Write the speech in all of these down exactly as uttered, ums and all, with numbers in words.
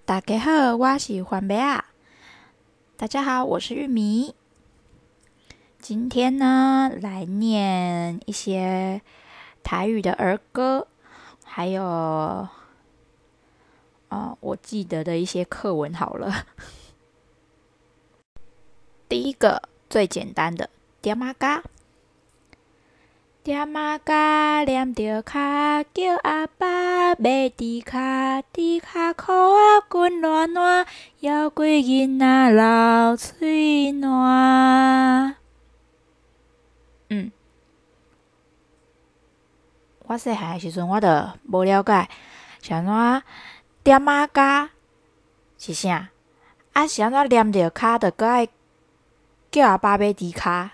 大家好，我是番麦啊。大家好，我是玉米。今天呢，来念一些台语的儿歌，还有呃我记得的一些课文好了。第一个最简单的，点啊嘎。点啊嘎，念着卡，叫阿爸买猪脚，猪脚裤啊滚烂烂，摇鬼囡仔流嘴烂。嗯，我细汉的时阵，我著无了解，是安怎点啊嘎是啥？啊是安怎念着卡，著搁爱叫阿爸买猪脚？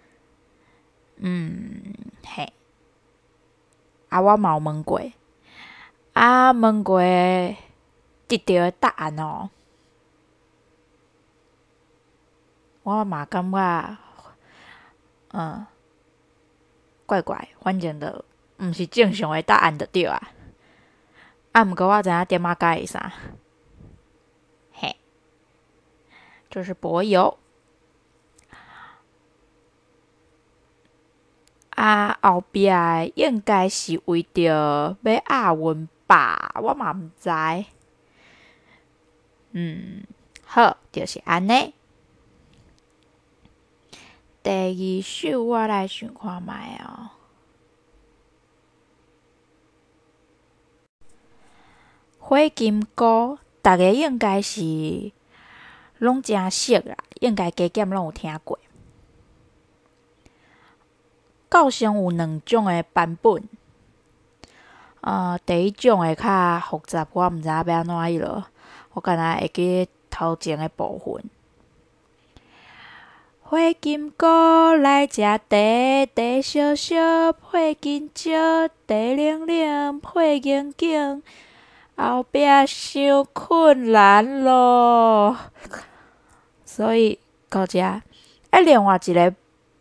嗯，嘿。啊，我嘛有问过，啊，问过得到的答案哦，我嘛感觉，嗯，怪怪，反正就毋是正常的答案就对啊。啊，毋过我知影点啊解是啥，嘿，就是柏油。啊，后壁的应该是为着要押韵吧，我嘛毋知。嗯，好，就是安尼。第二首我来想看觅哦。火金菇，逐个应该是拢真熟啦，应该加减拢有听过。教上有两种的版本，呃，第一种的较复杂，我毋知影要安怎迄落，我敢若会记头前的部分。火金菇来食茶，茶烧烧配金蕉，茶冷冷配硬硬，后壁伤困难咯。所以到遮，啊，另外一个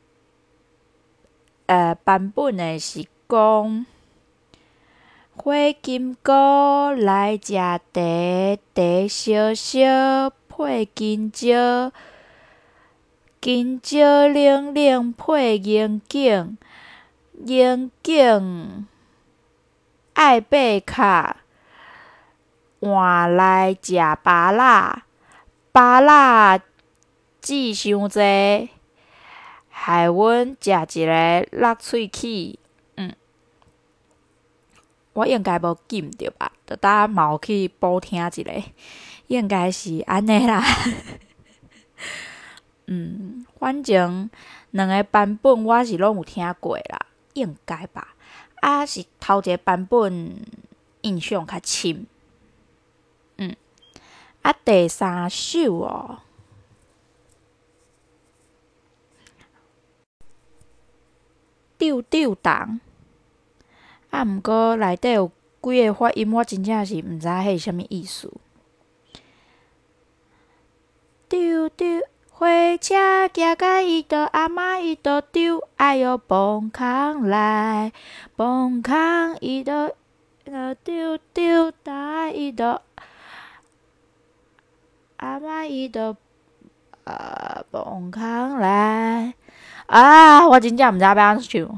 呃版本的是讲，火金菇来食茶，茶烧烧配金蕉，金蕉冷冷配硬硬，硬硬爱爬卡，换来食芭乐，芭乐籽伤济，害阮食一个落喙齿。嗯，我应该无记毋着吧？着当嘛有去补听一下，应该是安尼啦。嗯，反正两个版本我是拢有听过啦，应该吧。啊，是头一个版本印象较深。嗯，啊，第三首哦，丢丢动。啊，毋过内底有几个发音，我真正是毋知迄是啥物意思。丢丢。火车行到伊倒，阿嬷伊倒丢，哎哟，崩空来，崩空伊倒，丢丢打伊倒，阿嬷伊倒，呃，崩空来。啊，我真正毋知要安怎唱。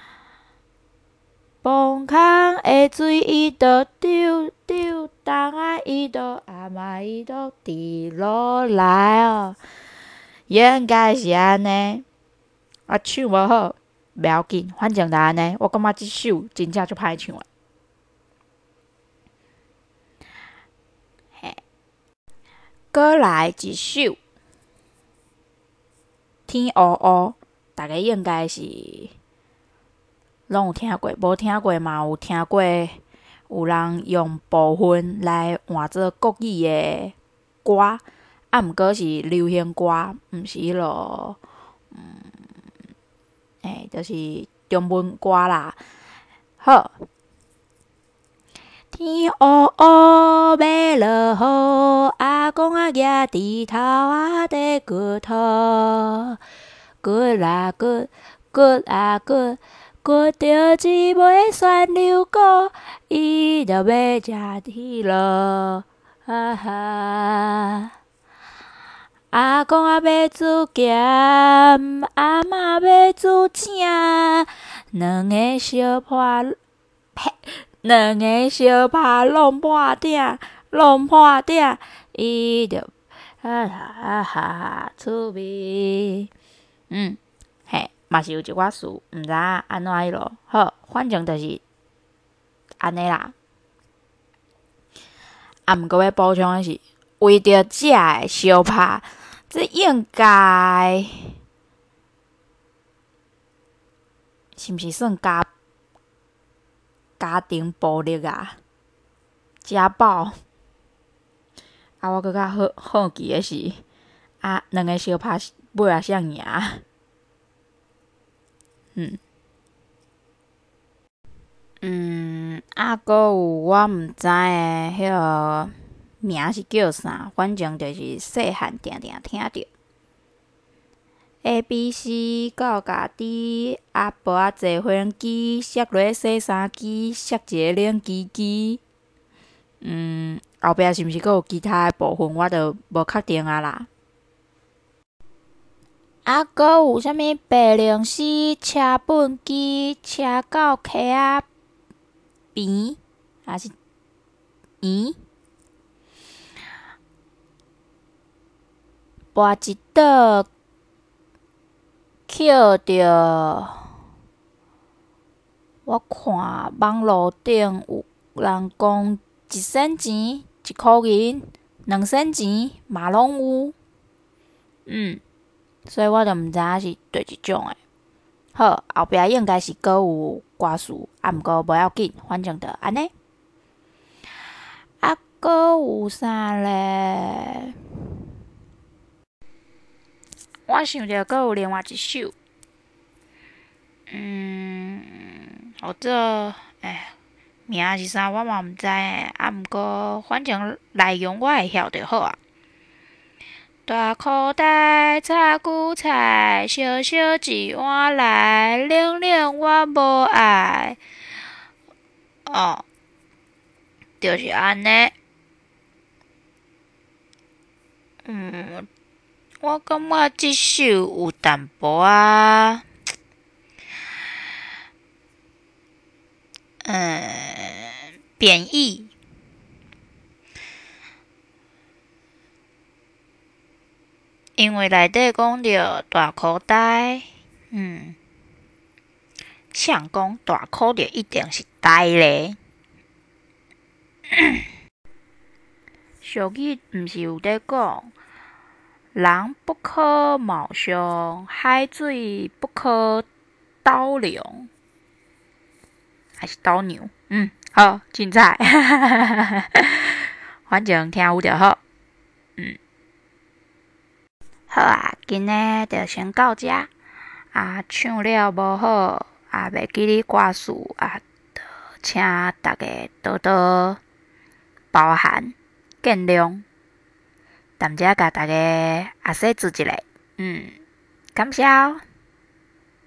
崩空的水伊倒丢丢，东啊伊倒，阿嬷伊倒滴落来哦。应该是安尼，啊，唱无好，袂要紧，反正就安尼。我感觉即首真正足歹唱诶。嘿，过来一首《天乌乌》，大家应该是拢有听过，无听过嘛有听过，有人用部分来换做国语诶歌。啊，毋过是流行歌，毋是迄落，嗯，诶，就是中文歌啦。好，天乌乌，要落雨，阿公啊举猪头啊在骨头，骨啊骨，骨啊骨，骨着一尾旋流果，伊着要食铁咯。 哈哈。阿公啊要煮咸，阿嬷要煮正，两个相拍，呸，两个相拍弄破鼎，弄破鼎，伊着哈哈哈哈趣味。嗯，嘿，嘛是有一寡事，毋知影安怎迄落。好，反正就是安尼啦。啊，毋过要补充的是，为着食的相拍，这应该是毋是算家家庭暴力啊？家暴？啊，我搁较好好奇的是，啊，两个相拍尾仔谁赢？嗯。嗯，啊，搁有我毋知诶，迄个名是叫啥？反正就是细汉定定听着。A B C 到家己，阿婆仔坐飞轮机，摔落洗衫机，摔一个冷机机。嗯，后壁是毋是搁有其他诶部分，我着无确定啊啦。啊，搁有啥物白灵丝、车粉机、车到溪仔边，还是圆？跋一倒，捡着。我看网络顶有人讲一仙钱、一箍银、两仙钱嘛拢有。嗯，所以我着毋知影是对一种诶。好，后壁应该是搁有歌词，啊，毋过无要紧，反正着安尼。啊，搁有啥咧？我想着搁有另外一首，嗯，或者，哎，名是啥我嘛毋知诶，啊，毋过反正内容我会晓就好啊。大口袋插韭菜，小小一碗来，冷冷我无爱。哦，就是安尼。嗯，我感觉即首有淡薄仔，嗯，贬义。因为内底讲着大口袋，嗯，像讲大口着一定是呆咧。俗语毋是有在讲，人不可貌相，海水不可斗量，还是斗牛？嗯，好，凊彩，反正听有就好。嗯，好啊，今日就先到这。啊，唱了无好，啊，袂记哩歌词，啊，请大家多多包涵、见谅。踮遮甲大家也说一下，嗯，感谢哦。